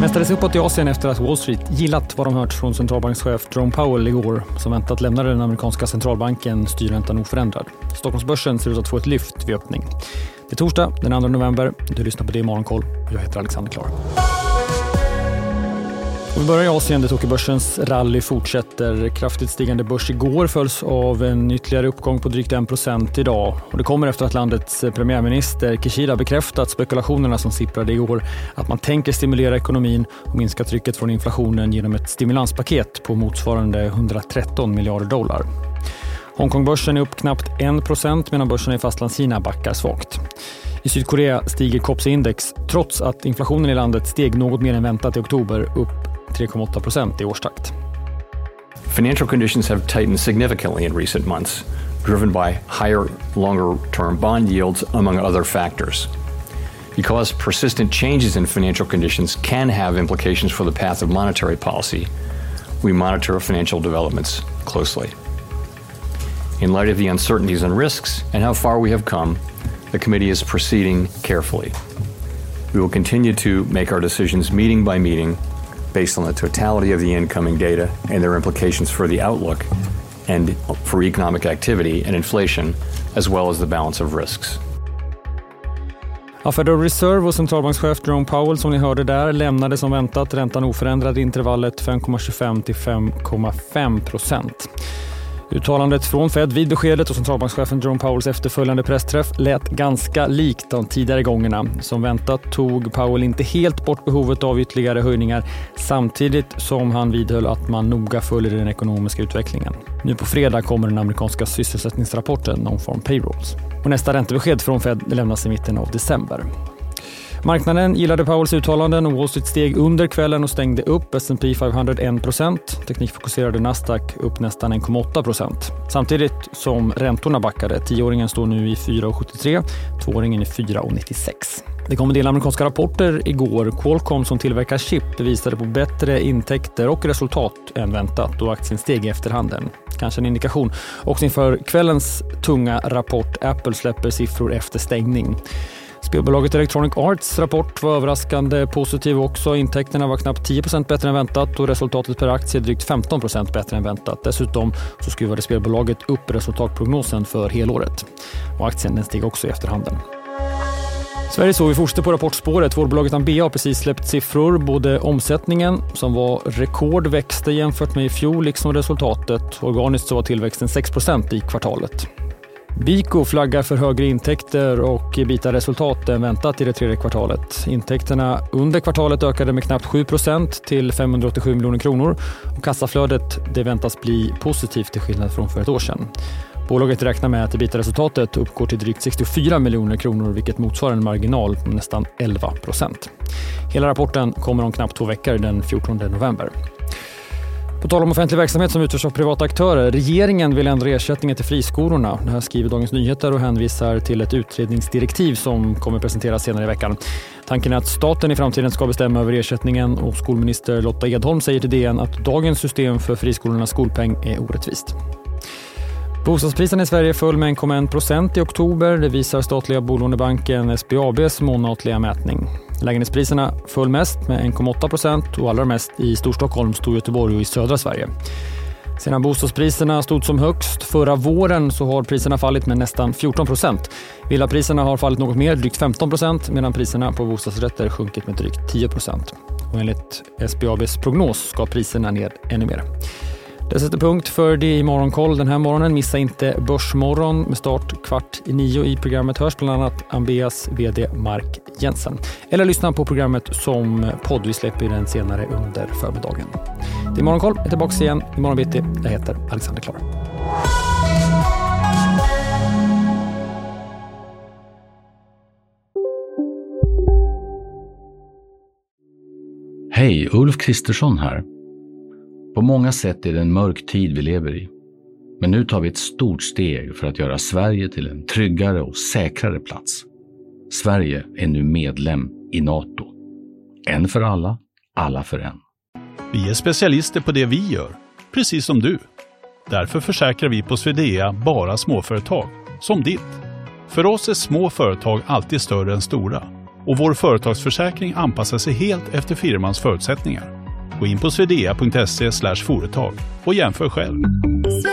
Mästades uppåt i Asien efter att Wall Street gillat vad de hört från centralbankschef Jerome Powell igår, som väntat lämnade den amerikanska centralbanken styrräntan oförändrad. Stockholmsbörsen ser ut att få ett lyft vid öppning. Det är torsdag den 2 november. Du lyssnar på det i Morgonkoll. Jag heter Alexander Klar. Vi börjar i Asien där Tokyobörsens rally fortsätter. Kraftigt stigande börs igår följs av en ytterligare uppgång på drygt 1% idag. Och det kommer efter att landets premiärminister Kishida bekräftat spekulationerna som sipprade igår att man tänker stimulera ekonomin och minska trycket från inflationen genom ett stimulanspaket på motsvarande 113 miljarder dollar. Hongkongbörsen är upp knappt 1% medan börsen i Fastlandskina backar svagt. I Sydkorea stiger KOPSI-index trots att inflationen i landet steg något mer än väntat i oktober, upp 3,8% i årstakt. Financial conditions have tightened significantly in recent months, driven by higher, longer-term bond yields, among other factors. Because persistent changes in financial conditions can have implications for the path of monetary policy, we monitor financial developments closely. In light of the uncertainties and risks and how far we have come, the committee is proceeding carefully. We will continue to make our decisions meeting by meeting based on the totality of the incoming data and their implications for the outlook and for economic activity and inflation, as well as the balance of risks. Federal Reserve och centralbankschef Jerome Powell som ni hörde där lämnade som väntat räntan oförändrad i intervallet 5,25 till 5,5%. Uttalandet från Fed vid beskedet och centralbankschefen Jerome Powells efterföljande pressträff lät ganska likt de tidigare gångerna. Som väntat tog Powell inte helt bort behovet av ytterligare höjningar samtidigt som han vidhöll att man noga följer den ekonomiska utvecklingen. Nu på fredag kommer den amerikanska sysselsättningsrapporten Non-Farm Payrolls. Och nästa räntebesked från Fed lämnas i mitten av december. Marknaden gillade Powells uttalanden och Wall Street steg under kvällen och stängde upp S&P 500 1%. Teknikfokuserade Nasdaq upp nästan 1,8%. Samtidigt som räntorna backade. 10-åringen står nu i 4,73, 2-åringen i 4,96. Det kom en del amerikanska rapporter igår. Qualcomm som tillverkar chip visade på bättre intäkter och resultat än väntat och aktien steg i efterhanden. Kanske en indikation. Och inför kvällens tunga rapport Apple släpper siffror efter stängning. Spelbolaget Electronic Arts rapport var överraskande positiv också. Intäkterna var knappt 10% bättre än väntat och resultatet per aktie drygt 15% bättre än väntat. Dessutom så skruvade spelbolaget upp resultatprognosen för helåret. Och aktien den steg också i efterhanden. Sverige såg vi fortsätter på rapportspåret. Vårdbolaget Ambea har precis släppt siffror. Både omsättningen som var rekord växte jämfört med i fjol liksom resultatet. Organiskt så var tillväxten 6% i kvartalet. BICO flaggar för högre intäkter och EBITDA-resultat än väntat i det tredje kvartalet. Intäkterna under kvartalet ökade med knappt 7% till 587 miljoner kronor och kassaflödet det väntas bli positivt till skillnad från för ett år sedan. Bolaget räknar med att EBITDA-resultatet uppgår till drygt 64 miljoner kronor vilket motsvarar en marginal på nästan 11%. Hela rapporten kommer om knappt 2 veckor den 14 november. På tal om offentlig verksamhet som utförs av privata aktörer. Regeringen vill ändra ersättningen till friskolorna. Det här skriver Dagens Nyheter och hänvisar till ett utredningsdirektiv som kommer presenteras senare i veckan. Tanken är att staten i framtiden ska bestämma över ersättningen och skolminister Lotta Edholm säger till DN att dagens system för friskolornas skolpeng är orättvist. Bostadspriserna i Sverige föll med 1,1% i oktober. Det visar statliga bolånebanken SBABs månatliga mätning. Lägenhetspriserna föll mest med 1,8% och allra mest i Storstockholm, Storgöteborg och i södra Sverige. Sedan bostadspriserna stod som högst förra våren så har priserna fallit med nästan 14%. Villapriserna har fallit något mer, drygt 15%, medan priserna på bostadsrätter sjunkit med drygt 10%. Och enligt SBABs prognos ska priserna ner ännu mer. Det sätter punkt för det i Morgonkoll den här morgonen. Missa inte Börsmorgon med start 8:45 i programmet hörs bland annat Ambeas vd Mark Jensen. Eller lyssna på programmet som podd. Vi släpper den senare under förmiddagen. Det är Morgonkoll. Jag är tillbaka igen imorgon bitti. Jag heter Alexander Klar. Hej, Ulf Kristersson här. På många sätt är det en mörk tid vi lever i. Men nu tar vi ett stort steg för att göra Sverige till en tryggare och säkrare plats. Sverige är nu medlem i NATO. En för alla, alla för en. Vi är specialister på det vi gör, precis som du. Därför försäkrar vi på Swedea bara småföretag, som ditt. För oss är små företag alltid större än stora. Och vår företagsförsäkring anpassar sig helt efter firmans förutsättningar. Gå in på swedea.se/företag och jämför själv.